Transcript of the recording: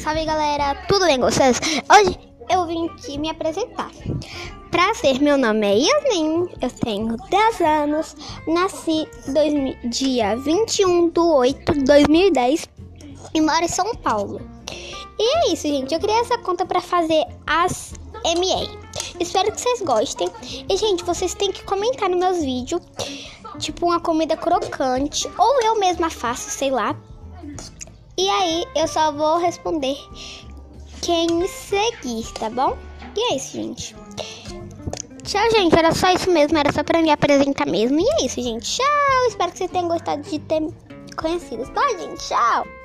Salve galera, tudo bem com vocês? Hoje eu vim aqui me apresentar. Prazer, meu nome é Yasmin, eu tenho 10 anos, nasci dia 21/8/2010 e moro em São Paulo. E é isso, gente, eu criei essa conta pra fazer as MA. Espero que vocês gostem. E, gente, vocês têm que comentar nos meus vídeos, tipo uma comida crocante, ou eu mesma faço, sei lá. E aí, eu só vou responder quem me seguir, tá bom? E é isso, gente. Tchau, gente. Era só isso mesmo. Era só pra me apresentar mesmo. E é isso, gente. Tchau. Espero que vocês tenham gostado de ter me conhecido. Tá, gente? Tchau.